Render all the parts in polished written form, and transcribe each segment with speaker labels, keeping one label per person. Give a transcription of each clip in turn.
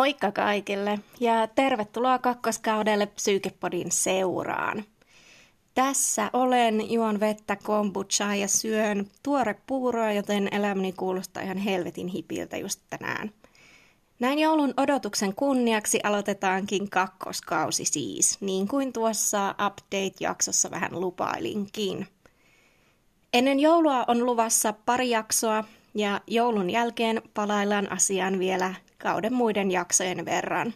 Speaker 1: Moikka kaikille ja tervetuloa kakkoskaudelle Psykepodin seuraan. Tässä olen, juon vettä, kombuchaa ja syön tuorepuuroa, joten elämäni kuulostaa ihan helvetin hipiltä just tänään. Näin joulun odotuksen kunniaksi aloitetaankin kakkoskausi siis, niin kuin tuossa update-jaksossa vähän lupailinkin. Ennen joulua on luvassa pari jaksoa ja joulun jälkeen palaillaan asiaan vielä kauden muiden jaksojen verran.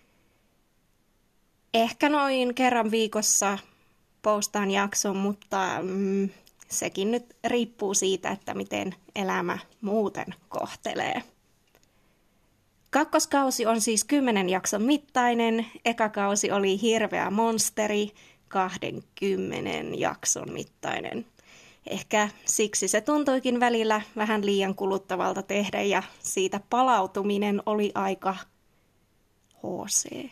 Speaker 1: Ehkä noin kerran viikossa postaan jakson, mutta sekin nyt riippuu siitä, että miten elämä muuten kohtelee. Kakkoskausi on siis 10 jakson mittainen, eka kausi oli hirveä monsteri, 20 jakson mittainen. Ehkä siksi se tuntuikin välillä vähän liian kuluttavalta tehdä ja siitä palautuminen oli aika HC.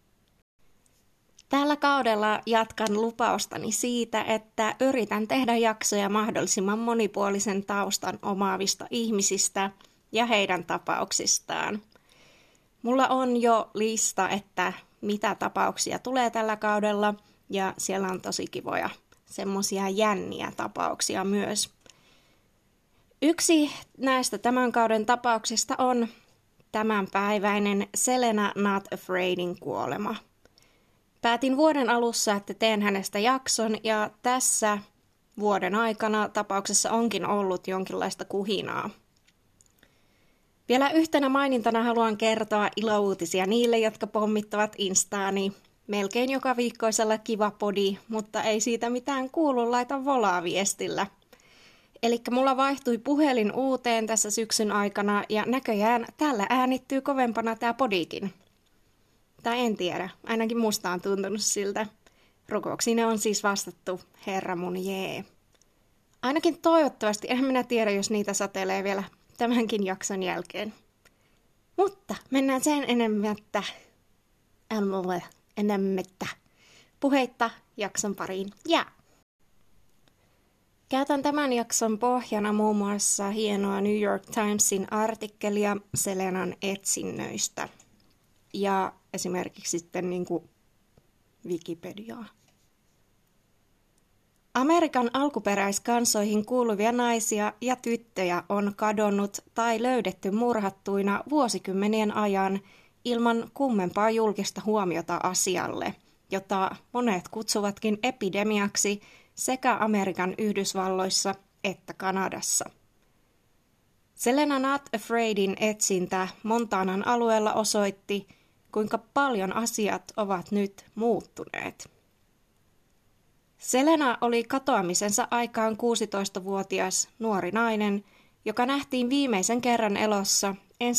Speaker 1: Tällä kaudella jatkan lupaustani siitä, että yritän tehdä jaksoja mahdollisimman monipuolisen taustan omaavista ihmisistä ja heidän tapauksistaan. Mulla on jo lista, että mitä tapauksia tulee tällä kaudella ja siellä on tosi kivoja semmoisia jänniä tapauksia myös. Yksi näistä tämän kauden tapauksista on tämänpäiväinen Selena Not Afraidin kuolema. Päätin vuoden alussa, että teen hänestä jakson ja tässä vuoden aikana tapauksessa onkin ollut jonkinlaista kuhinaa. Vielä yhtenä mainintana haluan kertoa ilouutisia niille, jotka pommittavat Instaani. Melkein joka viikkoisella kiva podi, mutta ei siitä mitään kuulu, laita volaa viestillä. Elikkä mulla vaihtui puhelin uuteen tässä syksyn aikana ja näköjään täällä äänittyy kovempana tää podikin. Tai en tiedä, ainakin musta on tuntunut siltä. Rukouksiin on siis vastattu, herra mun jee. Ainakin toivottavasti, en minä tiedä, jos niitä satelee vielä tämänkin jakson jälkeen. Mutta mennään sen enemmättä. Enemmettä. Puheitta jakson pariin. Ja! Käytän tämän jakson pohjana muun muassa hienoa New York Timesin artikkelia Selenan etsinnöistä. Ja esimerkiksi sitten Wikipediaa. Amerikan alkuperäiskansoihin kuuluvia naisia ja tyttöjä on kadonnut tai löydetty murhattuina vuosikymmenien ajan ilman kummempaa julkista huomiota asialle, jota monet kutsuvatkin epidemiaksi sekä Amerikan Yhdysvalloissa että Kanadassa. Selena Not Afraidin etsintä Montanan alueella osoitti, kuinka paljon asiat ovat nyt muuttuneet. Selena oli katoamisensa aikaan 16-vuotias nuori nainen, joka nähtiin viimeisen kerran elossa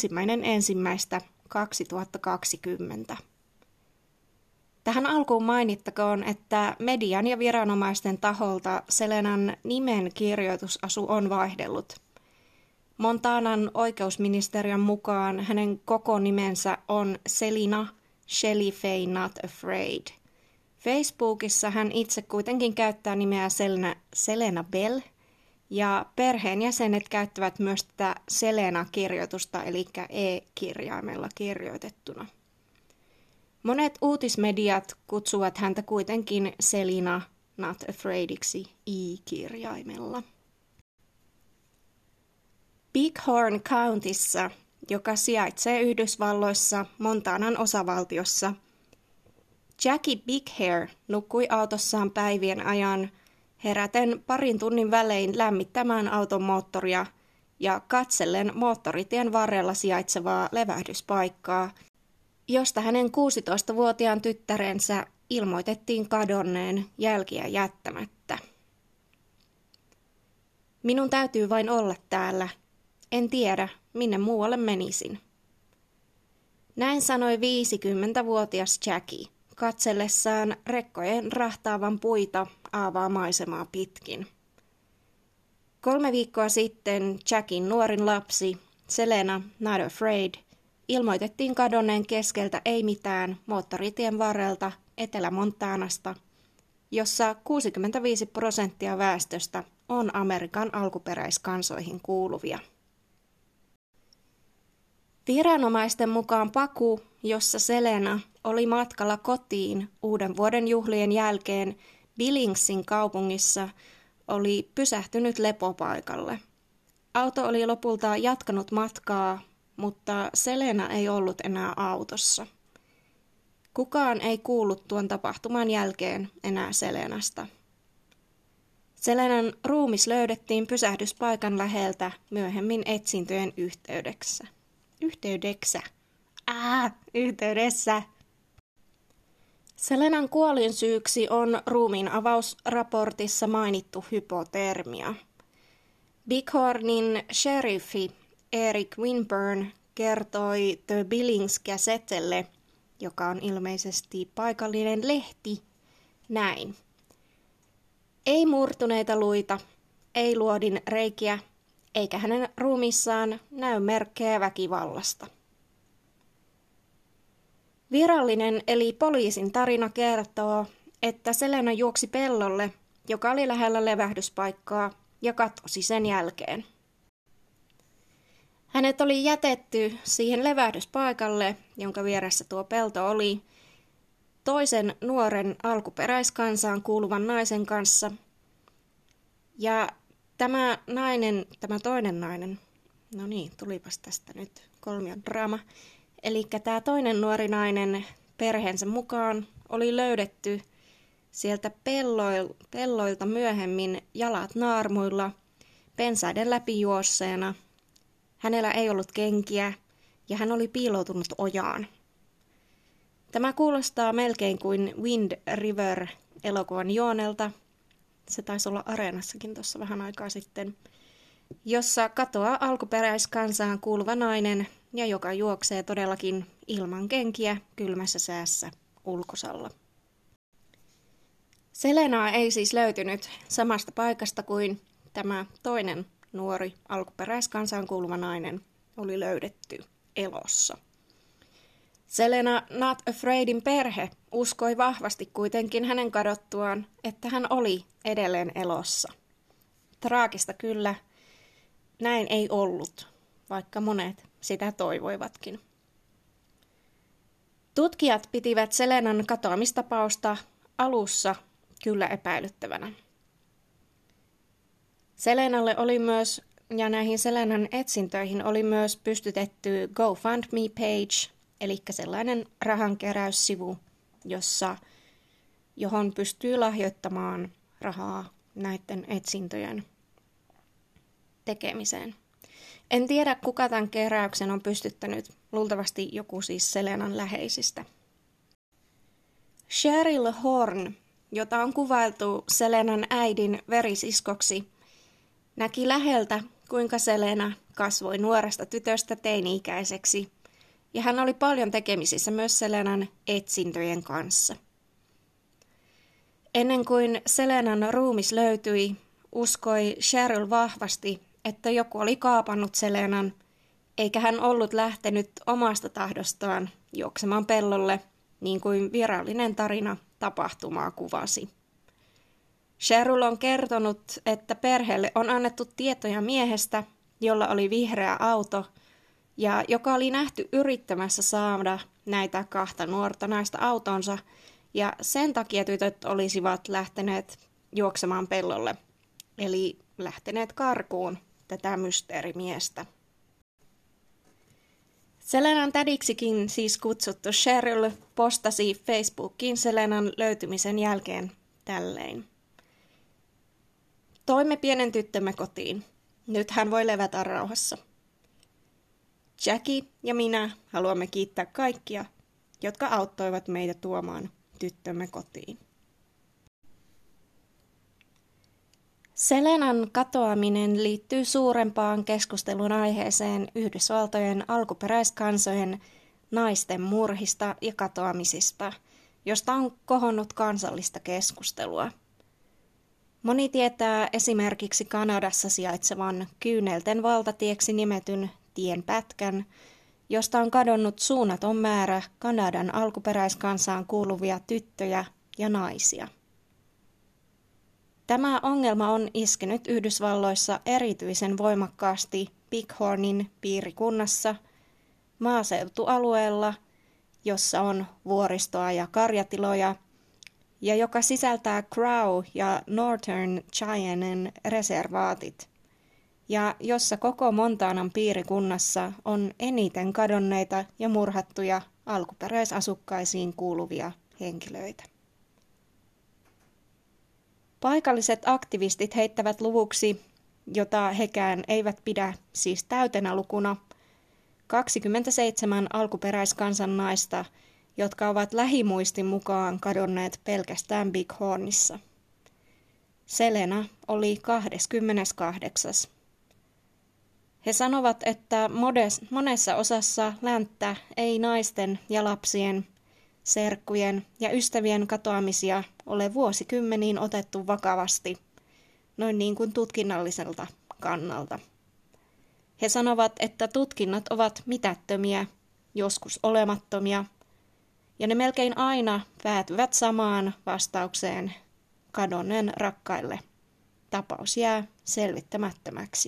Speaker 1: 1.1.2020. Tähän alkuun mainittakoon, että median ja viranomaisten taholta Selenan nimen kirjoitusasu on vaihdellut. Montanan oikeusministeriön mukaan hänen koko nimensä on Selena Shelly Faye Not Afraid. Facebookissa hän itse kuitenkin käyttää nimeä Selena Bell, ja perheenjäsenet käyttävät myös tätä Selena-kirjoitusta, eli E-kirjaimella kirjoitettuna. Monet uutismediat kutsuvat häntä kuitenkin Selena Not Afraidiksi I-kirjaimella. Bighorn Countyssa, joka sijaitsee Yhdysvalloissa Montanan osavaltiossa, Jackie Big Hair nukkui autossaan päivien ajan heräten parin tunnin välein lämmittämään auton moottoria ja katsellen moottoritien varrella sijaitsevaa levähdyspaikkaa, josta hänen 16-vuotiaan tyttärensä ilmoitettiin kadonneen jälkiä jättämättä. Minun täytyy vain olla täällä. En tiedä, minne muualle menisin. Näin sanoi 50-vuotias Jackie, katsellessaan rekkojen rahtaavan puita aavaa maisemaa pitkin. 3 viikkoa sitten Jackien nuorin lapsi, Selena Not Afraid, ilmoitettiin kadonneen keskeltä ei mitään moottoritien varrelta Etelä-Montanasta, jossa 65% väestöstä on Amerikan alkuperäiskansoihin kuuluvia. Viranomaisten mukaan paku, jossa Selena oli matkalla kotiin uuden vuoden juhlien jälkeen Billingsin kaupungissa, oli pysähtynyt lepopaikalle. Auto oli lopulta jatkanut matkaa, mutta Selena ei ollut enää autossa. Kukaan ei kuullut tuon tapahtuman jälkeen enää Selenasta. Selenan ruumis löydettiin pysähdyspaikan läheltä myöhemmin etsintöjen yhteydessä. Yhteydessä. Selenan kuolinsyyksi on ruumiin avausraportissa mainittu hypotermia. Bighornin sheriffi Eric Winburn kertoi The Billings Gazettelle, joka on ilmeisesti paikallinen lehti, näin. Ei murtuneita luita, ei luodin reikiä, eikä hänen ruumissaan näy merkkejä väkivallasta. Virallinen eli poliisin tarina kertoo, että Selena juoksi pellolle, joka oli lähellä levähdyspaikkaa, ja katosi sen jälkeen. Hänet oli jätetty siihen levähdyspaikalle, jonka vieressä tuo pelto oli, toisen nuoren alkuperäiskansaan kuuluvan naisen kanssa. Ja tämä toinen nainen, no niin, tulipas tästä nyt kolmion draama. Eli tämä toinen nuori nainen perheensä mukaan oli löydetty sieltä pelloilta myöhemmin jalat naarmuilla, pensaiden läpi juosseena. Hänellä ei ollut kenkiä ja hän oli piiloutunut ojaan. Tämä kuulostaa melkein kuin Wind River-elokuvan juonelta. Se taisi olla Areenassakin tuossa vähän aikaa sitten, jossa katoaa alkuperäiskansaan kuuluva nainen ja joka juoksee todellakin ilman kenkiä kylmässä säässä ulkosalla. Selenaa ei siis löytynyt samasta paikasta kuin tämä toinen nuori alkuperäiskansaan kuuluva nainen oli löydetty elossa. Selena Not Afraidin perhe uskoi vahvasti kuitenkin hänen kadottuaan, että hän oli edelleen elossa. Traagista kyllä, näin ei ollut, vaikka monet sitä toivoivatkin. Tutkijat pitivät Selenan katoamistapausta alussa kyllä epäilyttävänä. Selenalle oli myös, ja näihin Selenan etsintöihin oli myös pystytetty GoFundMe-page, eli sellainen rahankeräyssivu, johon pystyy lahjoittamaan rahaa näiden etsintöjen tekemiseen. En tiedä, kuka tämän keräyksen on pystyttänyt, luultavasti joku siis Selenan läheisistä. Cheryl Horn, jota on kuvailtu Selenan äidin verisiskoksi, näki läheltä, kuinka Selena kasvoi nuoresta tytöstä teini-ikäiseksi, ja hän oli paljon tekemisissä myös Selenan etsintöjen kanssa. Ennen kuin Selenan ruumis löytyi, uskoi Cheryl vahvasti, että joku oli kaapannut Selenan, eikä hän ollut lähtenyt omasta tahdostaan juoksemaan pellolle, niin kuin virallinen tarina tapahtumaa kuvasi. Cheryl on kertonut, että perheelle on annettu tietoja miehestä, jolla oli vihreä auto, ja joka oli nähty yrittämässä saada näitä kahta nuorta naista autonsa, ja sen takia tytöt olisivat lähteneet juoksemaan pellolle, eli lähteneet karkuun tätä mysteerimiestä. Selenan tädiksikin siis kutsuttu Cheryl postasi Facebookiin Selenan löytymisen jälkeen tälleen. Toimme pienen tyttömme kotiin. Nyt hän voi levätä rauhassa. Jackie ja minä haluamme kiittää kaikkia, jotka auttoivat meitä tuomaan tyttömme kotiin. Selenan katoaminen liittyy suurempaan keskustelun aiheeseen Yhdysvaltojen alkuperäiskansojen naisten murhista ja katoamisista, josta on kohonnut kansallista keskustelua. Moni tietää esimerkiksi Kanadassa sijaitsevan Kyynelten valtatieksi nimetyn tienpätkän, josta on kadonnut suunnaton määrä Kanadan alkuperäiskansaan kuuluvia tyttöjä ja naisia. Tämä ongelma on iskenyt Yhdysvalloissa erityisen voimakkaasti Bighornin piirikunnassa, maaseutualueella, jossa on vuoristoa ja karjatiloja, ja joka sisältää Crow ja Northern Cheyennen reservaatit, ja jossa koko Montanan piirikunnassa on eniten kadonneita ja murhattuja alkuperäisasukkaisiin kuuluvia henkilöitä. Paikalliset aktivistit heittävät luvuksi, jota hekään eivät pidä siis täytenä lukuna, 27 alkuperäiskansan naista, jotka ovat lähimuistin mukaan kadonneet pelkästään Big Hornissa. Selena oli 28. He sanovat, että monessa osassa länttä ei naisten ja lapsien, serkkujen ja ystävien katoamisia ole vuosikymmeniin otettu vakavasti, noin niin kuin tutkinnalliselta kannalta. He sanovat, että tutkinnat ovat mitättömiä, joskus olemattomia, ja ne melkein aina päätyvät samaan vastaukseen kadonneen rakkaille. Tapaus jää selvittämättömäksi.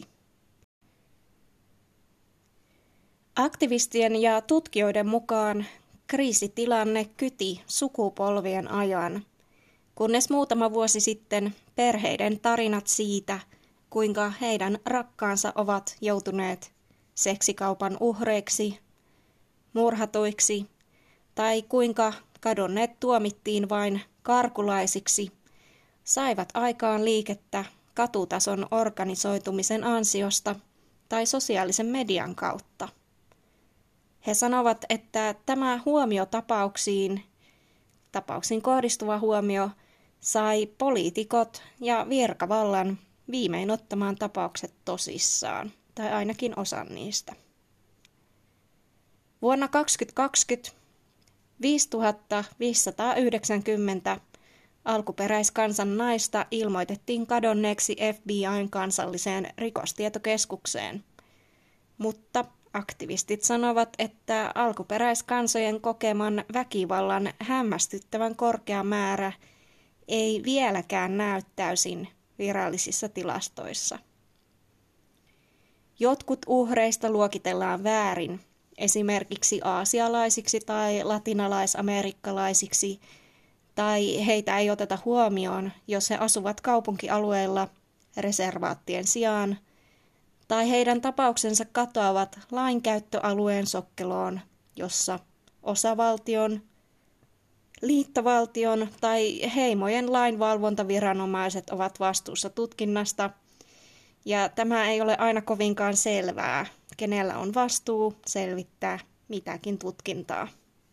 Speaker 1: Aktivistien ja tutkijoiden mukaan kriisitilanne kyti sukupolvien ajan, kunnes muutama vuosi sitten perheiden tarinat siitä, kuinka heidän rakkaansa ovat joutuneet seksikaupan uhreiksi, murhatuiksi tai kuinka kadonneet tuomittiin vain karkulaisiksi, saivat aikaan liikettä katutason organisoitumisen ansiosta tai sosiaalisen median kautta. He sanovat, että tämä huomio tapauksiin kohdistuva huomio sai poliitikot ja virkavallan viimein ottamaan tapaukset tosissaan, tai ainakin osan niistä. Vuonna 2020 5590 alkuperäiskansan naista ilmoitettiin kadonneeksi FBI:n kansalliseen rikostietokeskukseen, mutta aktivistit sanovat, että alkuperäiskansojen kokeman väkivallan hämmästyttävän korkea määrä ei vieläkään näy täysin virallisissa tilastoissa. Jotkut uhreista luokitellaan väärin, esimerkiksi aasialaisiksi tai latinalaisamerikkalaisiksi, tai heitä ei oteta huomioon, jos he asuvat kaupunkialueilla reservaattien sijaan, tai heidän tapauksensa katoavat lainkäyttöalueen sokkeloon, jossa osavaltion, liittovaltion tai heimojen lainvalvontaviranomaiset ovat vastuussa tutkinnasta, ja tämä ei ole aina kovinkaan selvää, kenellä on vastuu selvittää mitäkin tutkintaa.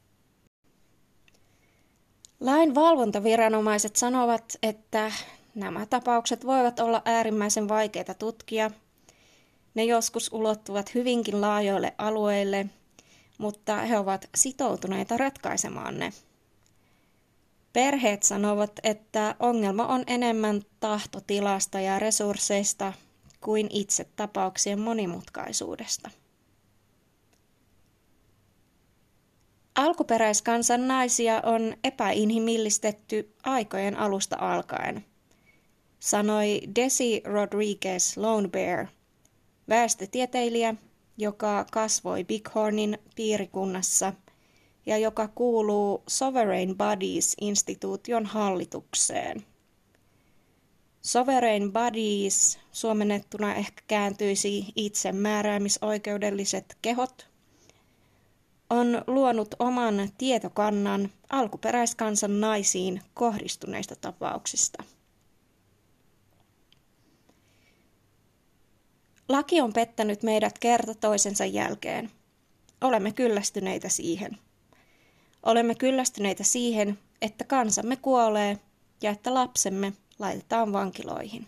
Speaker 1: Lainvalvontaviranomaiset sanovat, että nämä tapaukset voivat olla äärimmäisen vaikeita tutkia. Ne joskus ulottuvat hyvinkin laajoille alueille, mutta he ovat sitoutuneita ratkaisemaan ne. Perheet sanovat, että ongelma on enemmän tahtotilasta ja resursseista kuin itse tapauksien monimutkaisuudesta. Alkuperäiskansan naisia on epäinhimillistetty aikojen alusta alkaen, sanoi Desi Rodriguez Lone Bear, väestötieteilijä, joka kasvoi Bighornin piirikunnassa ja joka kuuluu Sovereign Bodies-instituution hallitukseen. Sovereign Bodies suomennettuna ehkä kääntyisi itsemääräämisoikeudelliset kehot, on luonut oman tietokannan alkuperäiskansan naisiin kohdistuneista tapauksista. Laki on pettänyt meidät kerta toisensa jälkeen. Olemme kyllästyneitä siihen. Olemme kyllästyneitä siihen, että kansamme kuolee ja että lapsemme laitetaan vankiloihin.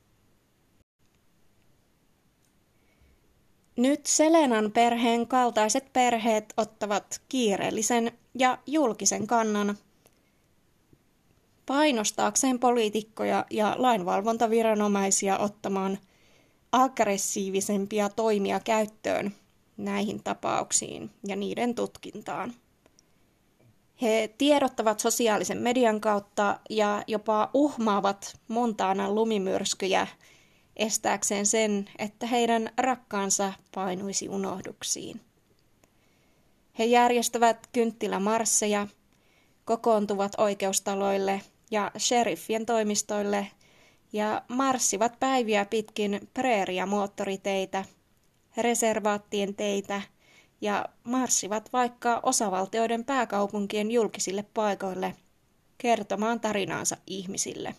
Speaker 1: Nyt Selenan perheen kaltaiset perheet ottavat kiireellisen ja julkisen kannan painostaakseen poliitikkoja ja lainvalvontaviranomaisia ottamaan aggressiivisempia toimia käyttöön näihin tapauksiin ja niiden tutkintaan. He tiedottavat sosiaalisen median kautta ja jopa uhmaavat Montanan lumimyrskyjä estääkseen sen, että heidän rakkaansa painuisi unohduksiin. He järjestävät kynttilämarsseja, kokoontuvat oikeustaloille ja sheriffien toimistoille ja marssivat päiviä pitkin preeria-moottoriteitä, reservaattien teitä ja marssivat vaikka osavaltioiden pääkaupunkien julkisille paikoille kertomaan tarinaansa ihmisille.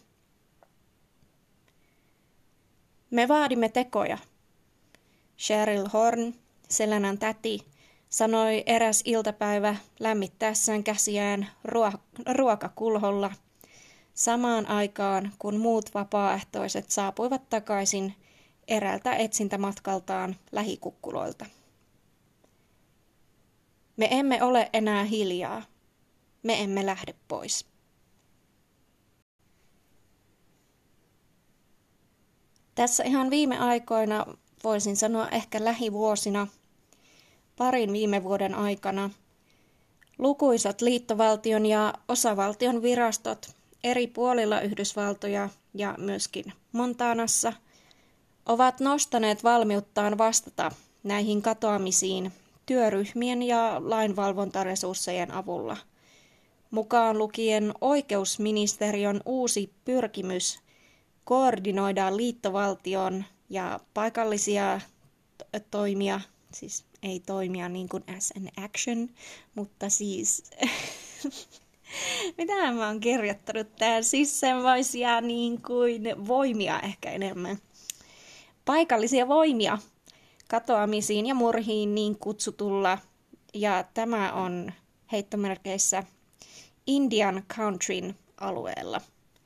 Speaker 1: Me vaadimme tekoja. Cheryl Horn, Selenan täti, sanoi eräs iltapäivä lämmittäessään käsiään ruokakulholla samaan aikaan, kun muut vapaaehtoiset saapuivat takaisin eräältä etsintämatkaltaan lähikukkuloilta. Me emme ole enää hiljaa. Me emme lähde pois. Tässä ihan viime aikoina, voisin sanoa ehkä lähivuosina, parin viime vuoden aikana, lukuisat liittovaltion ja osavaltion virastot eri puolilla Yhdysvaltoja ja myöskin Montanassa ovat nostaneet valmiuttaan vastata näihin katoamisiin työryhmien ja lainvalvontaresurssien avulla, mukaan lukien oikeusministeriön uusi pyrkimys koordinoida liittovaltion ja paikallisia toimia, siis ei toimia niin kuin as an action, mutta siis, mitä mä oon kirjoittanut täällä, siis semmoisia niin kuin voimia ehkä enemmän. Paikallisia voimia katoamisiin ja murhiin niin kutsutulla, ja tämä on heittomerkeissä Indian Countryn alueella.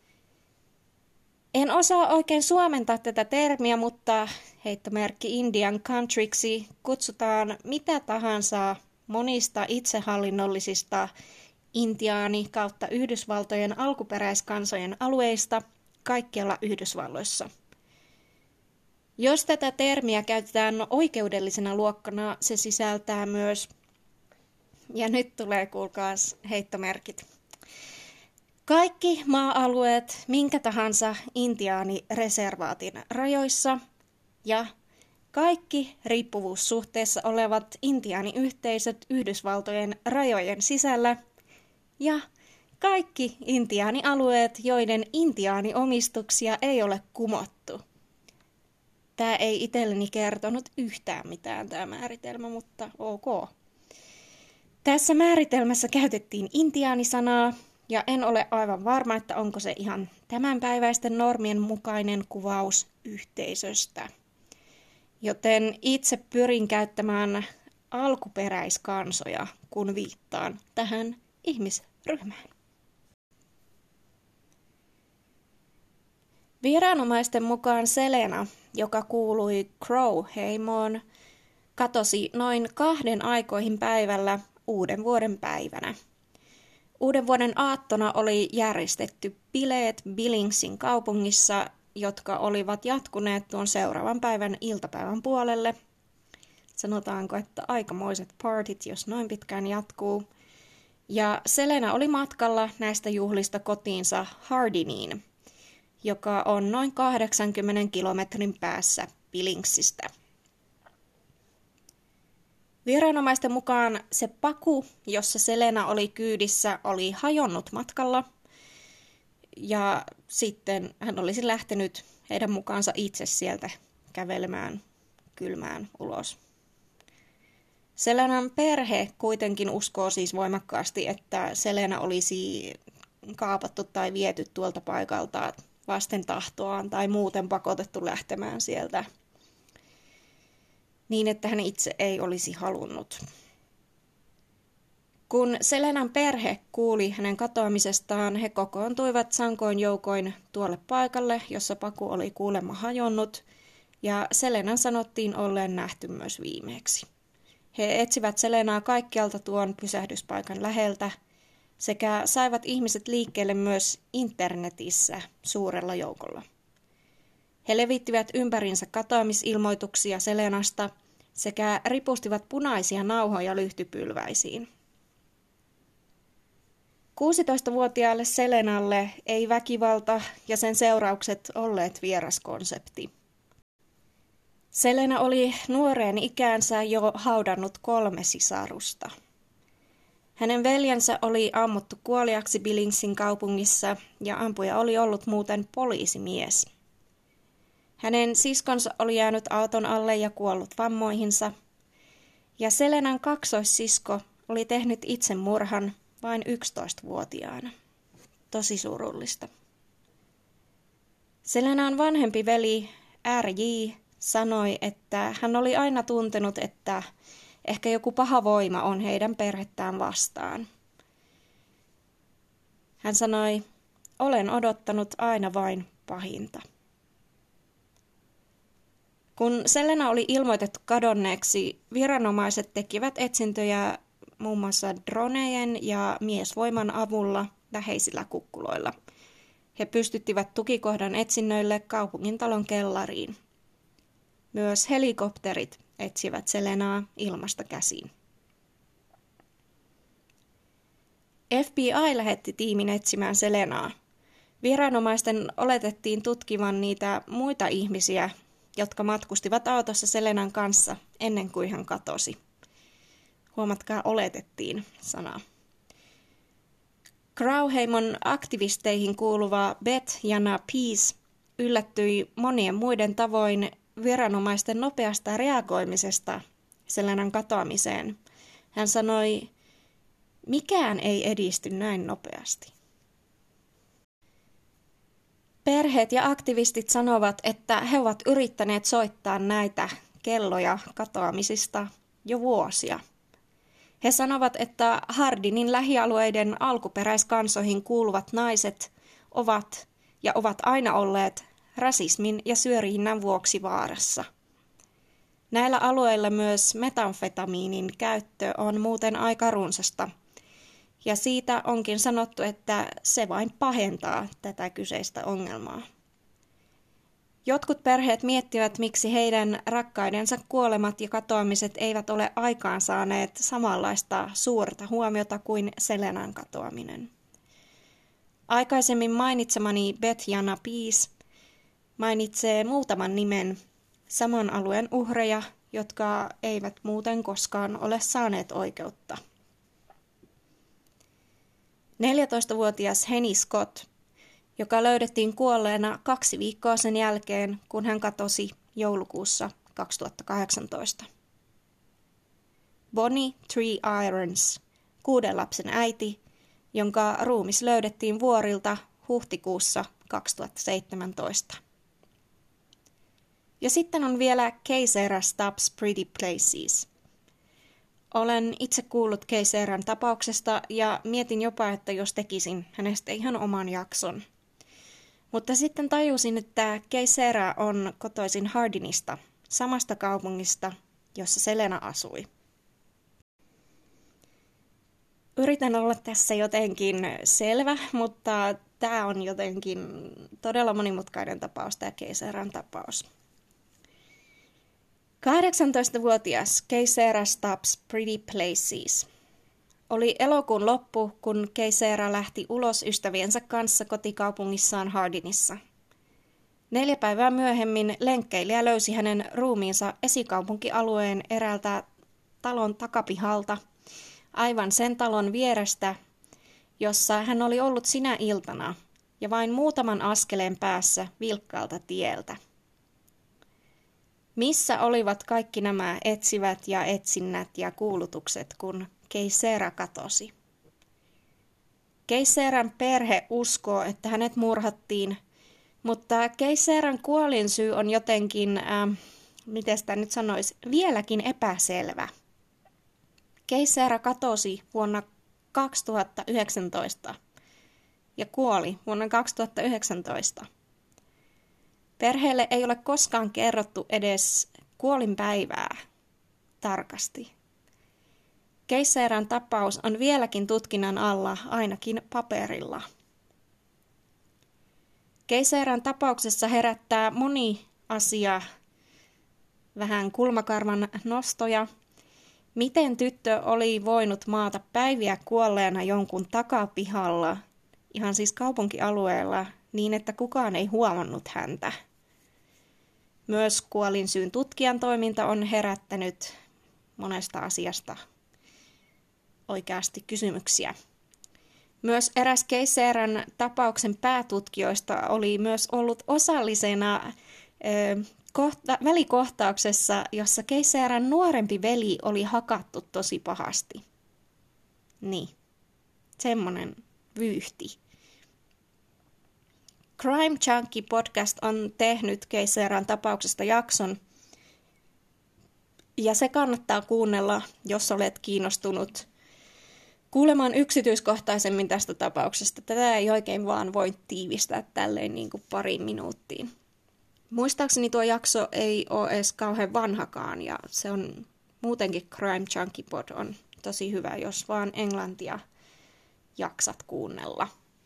Speaker 1: En osaa oikein suomentaa tätä termiä, mutta heittomerkki Indian Countryksi kutsutaan mitä tahansa monista itsehallinnollisista intiaani kautta Yhdysvaltojen alkuperäiskansojen alueista kaikkialla Yhdysvalloissa. Jos tätä termiä käytetään oikeudellisena luokkana, se sisältää myös, ja nyt tulee kuulkaas heittomerkit, kaikki maa-alueet minkä tahansa intiaanireservaatin rajoissa ja kaikki riippuvuussuhteessa olevat intiaaniyhteisöt Yhdysvaltojen rajojen sisällä ja kaikki intiaanialueet, joiden intiaaniomistuksia ei ole kumottu. Tämä ei itselleni kertonut yhtään mitään tämä määritelmä, mutta ok. Tässä määritelmässä käytettiin intiaanisanaa, ja en ole aivan varma, että onko se ihan tämänpäiväisten normien mukainen kuvaus yhteisöstä. Joten itse pyrin käyttämään alkuperäiskansoja, kun viittaan tähän ihmisryhmään. Viranomaisten mukaan Selena, joka kuului Crow-heimoon, katosi noin 2 aikoihin päivällä uuden vuoden päivänä. Uuden vuoden aattona oli järjestetty bileet Billingsin kaupungissa, jotka olivat jatkuneet tuon seuraavan päivän iltapäivän puolelle. Sanotaanko, että aikamoiset partit, jos noin pitkään jatkuu. Ja Selena oli matkalla näistä juhlista kotiinsa Hardiniin, joka on noin 80 kilometrin päässä Billingsistä. Viranomaisten mukaan se paku, jossa Selena oli kyydissä, oli hajonnut matkalla ja sitten hän olisi lähtenyt heidän mukaansa itse sieltä kävelemään kylmään ulos. Selenan perhe kuitenkin uskoo siis voimakkaasti, että Selena olisi kaapattu tai viety tuolta paikalta vasten tahtoaan tai muuten pakotettu lähtemään sieltä niin, että hän itse ei olisi halunnut. Kun Selenan perhe kuuli hänen katoamisestaan, he kokoontuivat sankoin joukoin tuolle paikalle, jossa paku oli kuulemma hajonnut, ja Selenan sanottiin olleen nähty myös viimeeksi. He etsivät Selenaa kaikkialta tuon pysähdyspaikan läheltä, sekä saivat ihmiset liikkeelle myös internetissä suurella joukolla. He levittivät ympärinsä katoamisilmoituksia Selenasta sekä ripustivat punaisia nauhoja lyhtypylväisiin. 16-vuotiaalle Selenalle ei väkivalta ja sen seuraukset olleet vieras konsepti. Selena oli nuoreen ikäänsä jo haudannut 3 sisarusta. Hänen veljensä oli ammuttu kuoliaksi Billingsin kaupungissa ja ampuja oli ollut muuten poliisimies. Hänen siskonsa oli jäänyt auton alle ja kuollut vammoihinsa, ja Selenan kaksoissisko oli tehnyt itsemurhan vain 11-vuotiaana. Tosi surullista. Selenan vanhempi veli R.J. sanoi, että hän oli aina tuntenut, että ehkä joku paha voima on heidän perhettään vastaan. Hän sanoi, olen odottanut aina vain pahinta. Kun Selena oli ilmoitettu kadonneeksi, viranomaiset tekivät etsintöjä muun muassa dronejen ja miesvoiman avulla läheisillä kukkuloilla. He pystyttivät tukikohdan etsinnöille kaupungintalon kellariin. Myös helikopterit etsivät Selenaa ilmasta käsin. FBI lähetti tiimin etsimään Selenaa. Viranomaisten oletettiin tutkivan niitä muita ihmisiä, jotka matkustivat autossa Selenan kanssa ennen kuin hän katosi. Huomatkaa, oletettiin sanaa. Crow-heimon aktivisteihin kuuluva Beth Jana Pease yllättyi monien muiden tavoin viranomaisten nopeasta reagoimisesta Selenan katoamiseen. Hän sanoi, mikään ei edisty näin nopeasti. Perheet ja aktivistit sanovat, että he ovat yrittäneet soittaa näitä kelloja katoamisista jo vuosia. He sanovat, että Hardinin lähialueiden alkuperäiskansoihin kuuluvat naiset ovat aina olleet rasismin ja syrjinnän vuoksi vaarassa. Näillä alueilla myös metamfetamiinin käyttö on muuten aika runsasta, ja siitä onkin sanottu, että se vain pahentaa tätä kyseistä ongelmaa. Jotkut perheet miettivät, miksi heidän rakkaidensa kuolemat ja katoamiset eivät ole aikaansaaneet samanlaista suurta huomiota kuin Selenan katoaminen. Aikaisemmin mainitsemani Beth Jana Pease mainitsee muutaman nimen saman alueen uhreja, jotka eivät muuten koskaan ole saaneet oikeutta. 14-vuotias Henny Scott, joka löydettiin kuolleena 2 viikkoa sen jälkeen, kun hän katosi joulukuussa 2018. Bonnie Tree Irons, 6 lapsen äiti, jonka ruumis löydettiin vuorilta huhtikuussa 2017. Ja sitten on vielä Kay Sara Stubbs' Pretty Places. Olen itse kuullut Kay Saran tapauksesta ja mietin jopa, että jos tekisin hänestä ihan oman jakson. Mutta sitten tajusin, että Kay Sara on kotoisin Hardinista, samasta kaupungista, jossa Selena asui. Yritän olla tässä jotenkin selvä, mutta tämä on jotenkin todella monimutkainen tapaus, tämä Kay Saran tapaus. 18-vuotias Kay Sara Stubbs' Pretty Places. Oli elokuun loppu, kun Kay Sara lähti ulos ystäviensä kanssa kotikaupungissaan Hardinissa. 4 päivää myöhemmin lenkkeilijä löysi hänen ruumiinsa esikaupunkialueen eräältä talon takapihalta, aivan sen talon vierestä, jossa hän oli ollut sinä iltana, ja vain muutaman askeleen päässä vilkkaalta tieltä. Missä olivat kaikki nämä etsivät ja etsinnät ja kuulutukset, kun Kay Sara katosi? Kay Saran perhe uskoo, että hänet murhattiin, mutta Kay Saran kuolinsyy on jotenkin, miten sitä nyt sanoisi, vieläkin epäselvä. Kay Sara katosi vuonna 2019 ja kuoli vuonna 2019. Perheelle ei ole koskaan kerrottu edes kuolinpäivää tarkasti. Kay Saran tapaus on vieläkin tutkinnan alla, ainakin paperilla. Kay Saran tapauksessa herättää moni asia vähän kulmakarvan nostoja. Miten tyttö oli voinut maata päiviä kuolleena jonkun takapihalla, ihan siis kaupunkialueella, niin että kukaan ei huomannut häntä? Myös kuolinsyyn tutkijan toiminta on herättänyt monesta asiasta oikeasti kysymyksiä. Myös eräs Keiseran tapauksen päätutkijoista oli myös ollut osallisena välikohtauksessa, jossa Keiseran nuorempi veli oli hakattu tosi pahasti. Niin, semmonen vyyhti. Crime Junkie podcast on tehnyt Keiseran tapauksesta jakson, ja se kannattaa kuunnella, jos olet kiinnostunut kuulemaan yksityiskohtaisemmin tästä tapauksesta. Tätä ei oikein vaan voi tiivistää tälleen niin kuin pariin minuuttiin. Muistaakseni tuo jakso ei ole edes kauhean vanhakaan, ja se on muutenkin Crime Junkie Pod on tosi hyvä, jos vaan englantia jaksat kuunnella.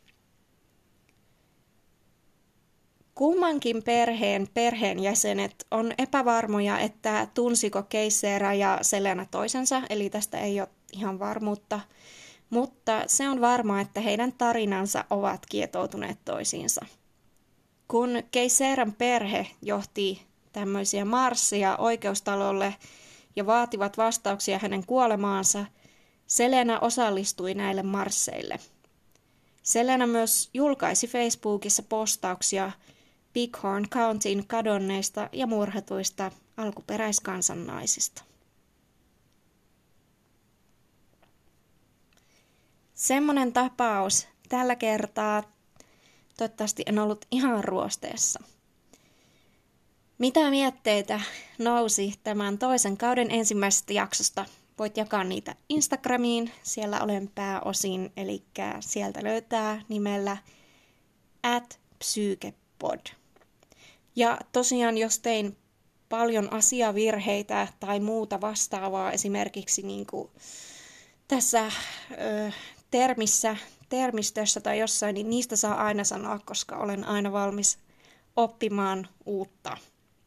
Speaker 1: Kummankin perheenjäsenet on epävarmoja, että tunsiko Keisera ja Selena toisensa, eli tästä ei ole ihan varmuutta, mutta se on varmaa, että heidän tarinansa ovat kietoutuneet toisiinsa. Kun Keiseran perhe johti tämmöisiä marsseja oikeustalolle ja vaativat vastauksia hänen kuolemaansa, Selena osallistui näille marsseille. Selena myös julkaisi Facebookissa postauksia Bighorn Countyn kadonneista ja murhatuista alkuperäiskansannaisista. Semmoinen tapaus tällä kertaa. Toivottavasti en ollut ihan ruosteessa. Mitä mietteitä nousi tämän toisen kauden ensimmäisestä jaksosta? Voit jakaa niitä Instagramiin, siellä olen pääosin, eli sieltä löytää nimellä @psykepod. Ja tosiaan, jos tein paljon asiavirheitä tai muuta vastaavaa, esimerkiksi niin kuin tässä termistössä tai jossain, niin niistä saa aina sanoa, koska olen aina valmis oppimaan uutta.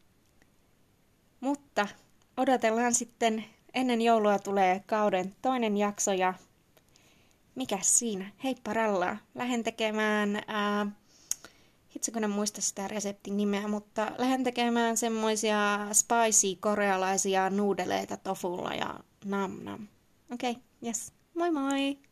Speaker 1: Mutta odotellaan sitten, ennen joulua tulee kauden toinen jakso ja mikäs siinä, heippa rallaa. Lähden tekemään, itse kun en muista sitä reseptin nimeä, mutta lähden tekemään semmoisia spicy korealaisia nuudeleita tofulla ja nam nam. Okei, yes. Moi moi!